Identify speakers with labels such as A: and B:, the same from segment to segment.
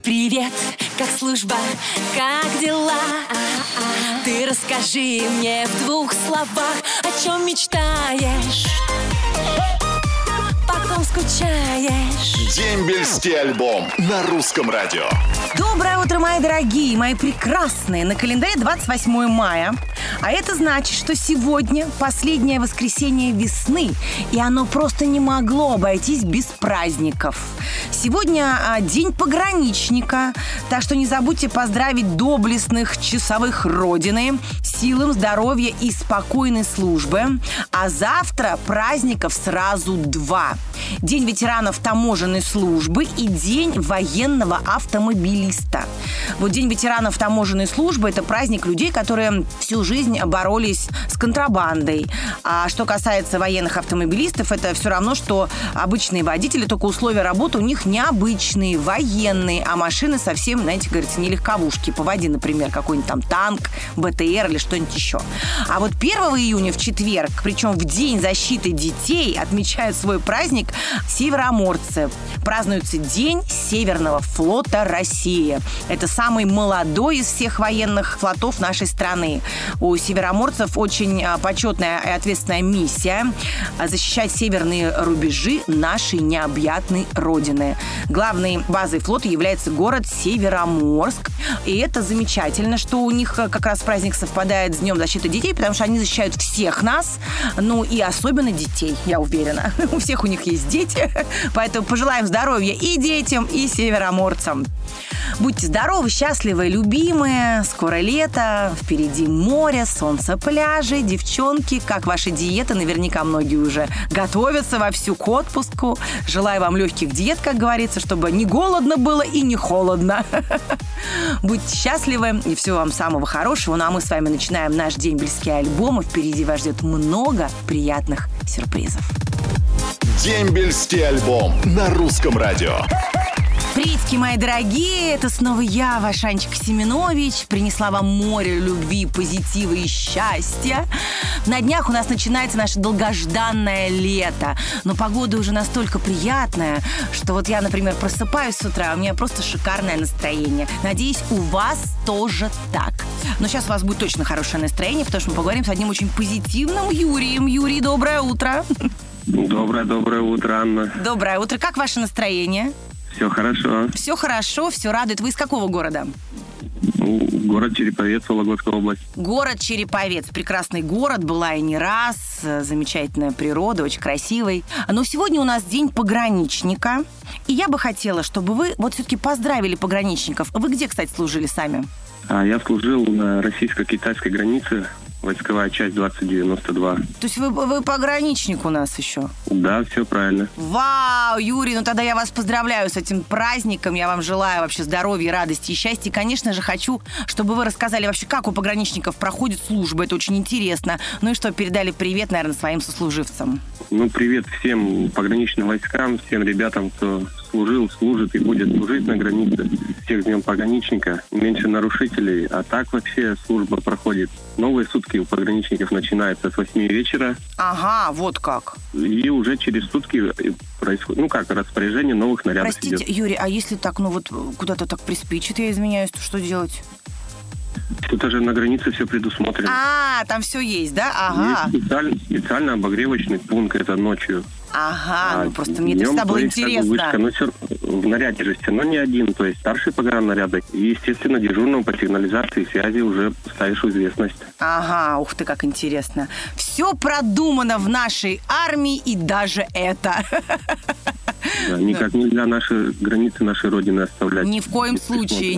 A: Привет, как служба, как дела? Ты расскажи мне в 2 словах, о чем мечтаешь, потом скучаешь.
B: Дембельский альбом на русском радио.
C: Доброе утро, мои дорогие, мои прекрасные. На календаре 28 мая. А это значит, что сегодня последнее воскресенье весны, и оно просто не могло обойтись без праздников. Сегодня день пограничника, так что не забудьте поздравить доблестных часовых Родины, силам здоровья и спокойной службы. А завтра праздников сразу 2. День ветеранов таможенной службы и День военного автомобилиста. Вот День ветеранов таможенной службы – это праздник людей, которые всю жизнь боролись с контрабандой. А что касается военных автомобилистов, это все равно, что обычные водители, только условия работы у них необычные, военные, а машины совсем, знаете, говорится, не легковушки. По воде, например, какой-нибудь там танк, БТР или что-нибудь еще. А вот 1 июня в четверг, причем в День защиты детей, отмечают свой праздник североморцы. Празднуется День Северного флота России. Это самый молодой из всех военных флотов нашей страны. У североморцев очень почетная и ответственная миссия – защищать северные рубежи нашей необъятной Родины. Главной базой флота является город Североморск. И это замечательно, что у них как раз праздник совпадает с Днем защиты детей, потому что они защищают всех нас, ну и особенно детей, я уверена. У всех у них есть дети, поэтому пожелаем здоровья и детям, и североморцам. Будьте здоровы, счастливы, любимые. Скоро лето, впереди море, солнце, пляжи. Девчонки, как ваши диеты? Наверняка многие уже готовятся вовсю к отпуску. Желаю вам легких диет, как говорится, чтобы не голодно было и не холодно. Будьте счастливы и всего вам самого хорошего. Ну а мы с вами начинаем наш дембельский альбом. И впереди вас ждет много приятных сюрпризов.
B: Дембельский альбом на русском радио.
C: Приветики, мои дорогие, это снова я, ваша Анечка Семенович, принесла вам море любви, позитива и счастья. На днях у нас начинается наше долгожданное лето, но погода уже настолько приятная, что вот я, например, просыпаюсь с утра, у меня просто шикарное настроение. Надеюсь, у вас тоже так. Но сейчас у вас будет точно хорошее настроение, потому что мы поговорим с одним очень позитивным Юрием. Юрий, доброе утро.
D: Доброе утро, Анна.
C: Доброе утро. Как ваше настроение?
D: Все хорошо.
C: Все хорошо, все радует. Вы из какого города?
D: Город Череповец, Вологодская область.
C: Город Череповец. Прекрасный город, была и не раз. Замечательная природа, очень красивый. Но сегодня у нас День пограничника. И я бы хотела, чтобы вы вот все-таки поздравили пограничников. Вы где, кстати, служили сами?
D: Я служил на российско-китайской границе. Войсковая часть 2092.
C: То есть вы пограничник у нас еще?
D: Да, все правильно.
C: Вау, Юрий, ну тогда я вас поздравляю с этим праздником. Я вам желаю вообще здоровья, радости и счастья. И, конечно же, хочу, чтобы вы рассказали вообще, как у пограничников проходит служба. Это очень интересно. Ну и что, передали привет, наверное, своим сослуживцам.
D: Ну, привет всем пограничным войскам, всем ребятам, кто служил, служит и будет служить на границе. Всех с Днем пограничника. Меньше нарушителей. А так вообще служба проходит. Новые сутки у пограничников начинаются с 8 вечера.
C: Ага, вот как.
D: И уже через сутки происходит, распоряжение новых нарядов.
C: Простите,
D: идет.
C: Юрий, а если так, куда-то так приспичит, я извиняюсь, то что делать?
D: Тут уже на границе все предусмотрено.
C: Там все есть, да? Ага.
D: Есть специально обогревочный пункт, это ночью.
C: Ага, просто мне это всегда было интересно.
D: Но в наряде же все равно не один, то есть старший пограннаряда. И, естественно, дежурного по сигнализации и связи уже ставишь в известность.
C: Ага, ух ты, как интересно. Все продумано в нашей армии, и даже это.
D: Да, никак нельзя наши границы нашей Родины оставлять.
C: Ни в коем случае,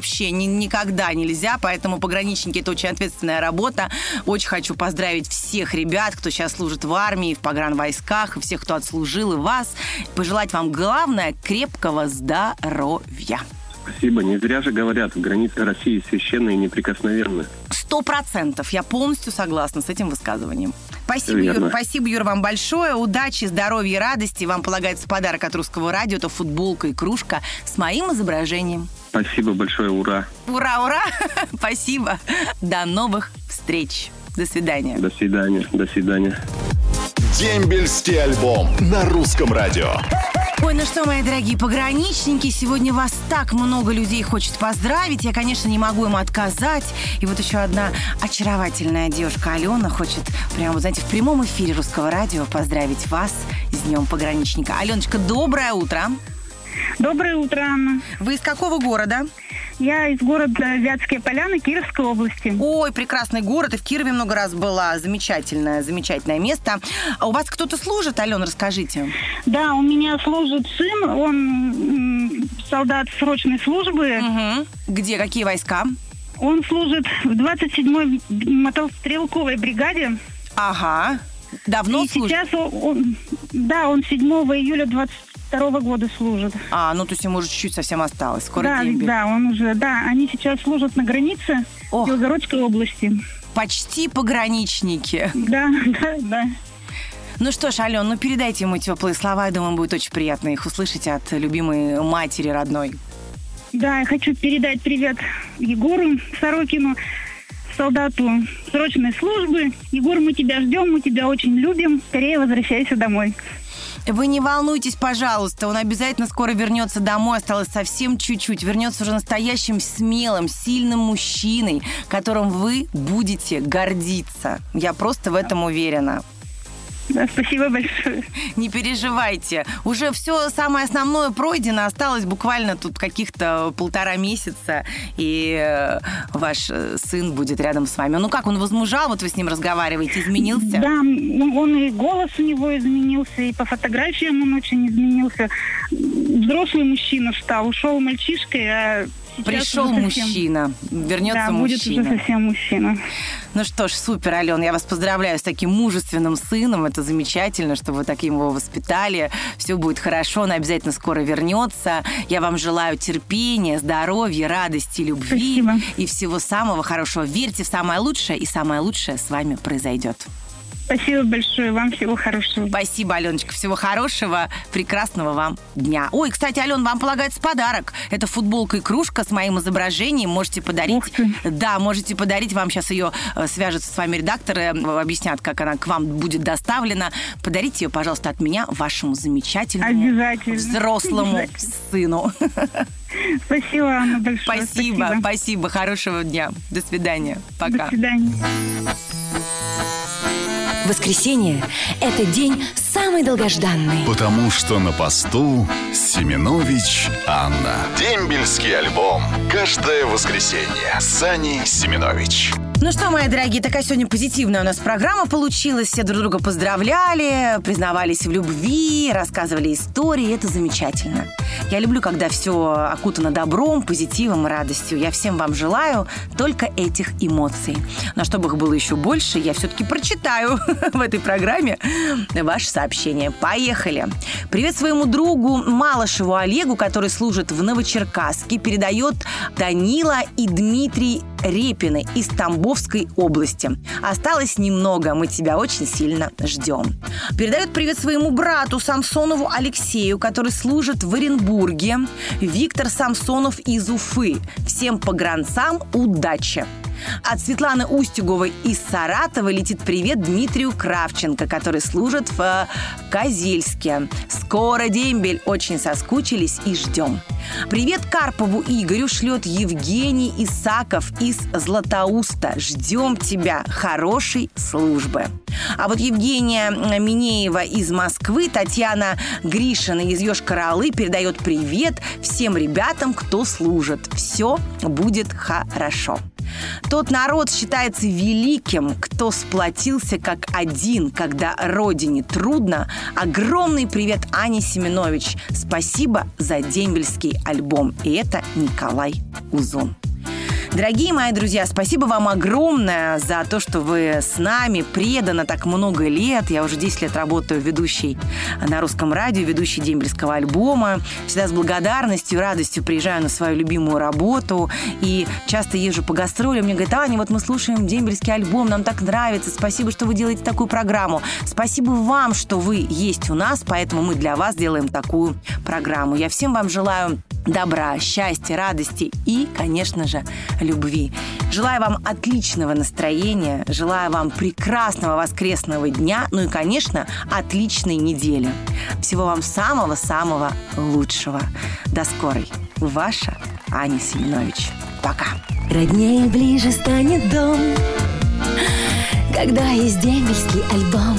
C: никогда нельзя, поэтому пограничники – это очень ответственная работа. Очень хочу поздравить всех ребят, кто сейчас служит в армии, в погранвойсках, и всех, кто отслужил, и вас. Пожелать вам, главное, крепкого здоровья.
D: Спасибо. Не зря же говорят, границы России священные и неприкосновенные.
C: 100%. Я полностью согласна с этим высказыванием. Спасибо, Юра, вам большое. Удачи, здоровья и радости. Вам полагается подарок от Русского радио. Это футболка и кружка с моим изображением.
D: Спасибо большое. Ура.
C: Ура, ура. Спасибо. До новых встреч. До свидания.
D: До свидания.
B: Дембельский альбом на русском радио.
C: Ой, ну что, мои дорогие пограничники, сегодня вас так много людей хочет поздравить. Я, конечно, не могу им отказать. И вот еще одна очаровательная девушка Алена хочет, прямо, вот, знаете, в прямом эфире Русского радио поздравить вас с Днем пограничника. Аленочка, доброе утро.
E: Доброе утро, Анна.
C: Вы из какого города?
E: Я из города Вятские Поляны, Кировской области.
C: Ой, прекрасный город. И в Кирове много раз была. Замечательное место. А у вас кто-то служит, Алена, расскажите.
E: Да, у меня служит сын. Он солдат срочной службы.
C: Угу. Где? Какие войска?
E: Он служит в 27-й мотострелковой бригаде.
C: Ага. Давно служит?
E: Сейчас он 7 июля 22 года служит.
C: Ну то есть ему уже чуть-чуть совсем осталось. Скоро дембель.
E: Да, он уже, они сейчас служат на границе Белгородской области.
C: Почти пограничники.
E: Да.
C: Ну что ж, Ален, передайте ему теплые слова. Я думаю, будет очень приятно их услышать от любимой матери родной.
E: Да, я хочу передать привет Егору Сорокину, солдату срочной службы. Егор, мы тебя ждем, мы тебя очень любим. Скорее возвращайся домой.
C: Вы не волнуйтесь, пожалуйста, он обязательно скоро вернется домой, осталось совсем чуть-чуть, вернется уже настоящим смелым, сильным мужчиной, которым вы будете гордиться. Я просто в этом уверена.
E: Да, спасибо большое.
C: Не переживайте. Уже все самое основное пройдено. Осталось буквально тут каких-то 1,5 месяца, и ваш сын будет рядом с вами. Ну как, он возмужал? Вот вы с ним разговариваете, изменился?
E: Да, он и голос у него изменился, и по фотографиям он очень изменился. Взрослый мужчина стал. Ушел мальчишкой, а
C: пришел мужчина. Вернется мужчина.
E: Будет уже совсем мужчина.
C: Ну что ж, супер, Ален, я вас поздравляю с таким мужественным сыном. Это замечательно, что вы таким его воспитали. Все будет хорошо, он обязательно скоро вернется. Я вам желаю терпения, здоровья, радости, любви.
E: Спасибо.
C: И всего самого хорошего. Верьте в самое лучшее, и самое лучшее с вами произойдет.
E: Спасибо большое, вам всего хорошего.
C: Спасибо, Аленочка, всего хорошего, прекрасного вам дня. Ой, кстати, Ален, вам полагается подарок. Это футболка и кружка с моим изображением. Можете подарить.
E: Ух ты.
C: Да, можете подарить. Вам сейчас ее свяжутся с вами редакторы, объяснят, как она к вам будет доставлена. Подарите ее, пожалуйста, от меня вашему замечательному взрослому сыну.
E: Спасибо, Анна, большое.
C: Спасибо. Хорошего дня. До свидания. Пока.
E: До свидания.
A: Воскресенье – это день самый долгожданный.
B: Потому что на посту Семенович Анна. Дембельский альбом. Каждое воскресенье. Сани Семенович.
C: Ну что, мои дорогие, такая сегодня позитивная у нас программа получилась. Все друг друга поздравляли, признавались в любви, рассказывали истории. Это замечательно. Я люблю, когда все окутано добром, позитивом и радостью. Я всем вам желаю только этих эмоций. Но чтобы их было еще больше, я все-таки прочитаю в этой программе ваше сообщение. Поехали. Привет своему другу Малышеву Олегу, который служит в Новочеркасске. Передает Данила и Дмитрий Репины из Тамбовской области. Осталось немного, мы тебя очень сильно ждем. Передает привет своему брату Самсонову Алексею, который служит в Оренбурге. Виктор Самсонов из Уфы. Всем погранцам удачи. От Светланы Устюговой из Саратова летит привет Дмитрию Кравченко, который служит в Козельске. Скоро дембель, очень соскучились и ждем. Привет Карпову Игорю шлет Евгений Исаков из Златоуста. Ждем тебя, хорошей службы. А вот Евгения Минеева из Москвы, Татьяна Гришина из Йошкар-Олы передает привет всем ребятам, кто служит. Все будет хорошо. Тот народ считается великим, кто сплотился как один, когда родине трудно. Огромный привет Ане Семенович. Спасибо за дембельский альбом. И это Николай Узун. Дорогие мои друзья, спасибо вам огромное за то, что вы с нами преданы так много лет. Я уже 10 лет работаю ведущей на Русском радио, ведущей дембельского альбома. Всегда с благодарностью и радостью приезжаю на свою любимую работу и часто езжу по гастролям. Мне говорят: Аня, вот мы слушаем дембельский альбом, нам так нравится. Спасибо, что вы делаете такую программу. Спасибо вам, что вы есть у нас, поэтому мы для вас делаем такую программу. Я всем вам желаю добра, счастья, радости и, конечно же, любви. Желаю вам отличного настроения, желаю вам прекрасного воскресного дня, ну и, конечно, отличной недели. Всего вам самого-самого лучшего. До скорой. Ваша Аня Семенович. Пока.
A: Роднее ближе станет дом, когда есть дембельский альбом.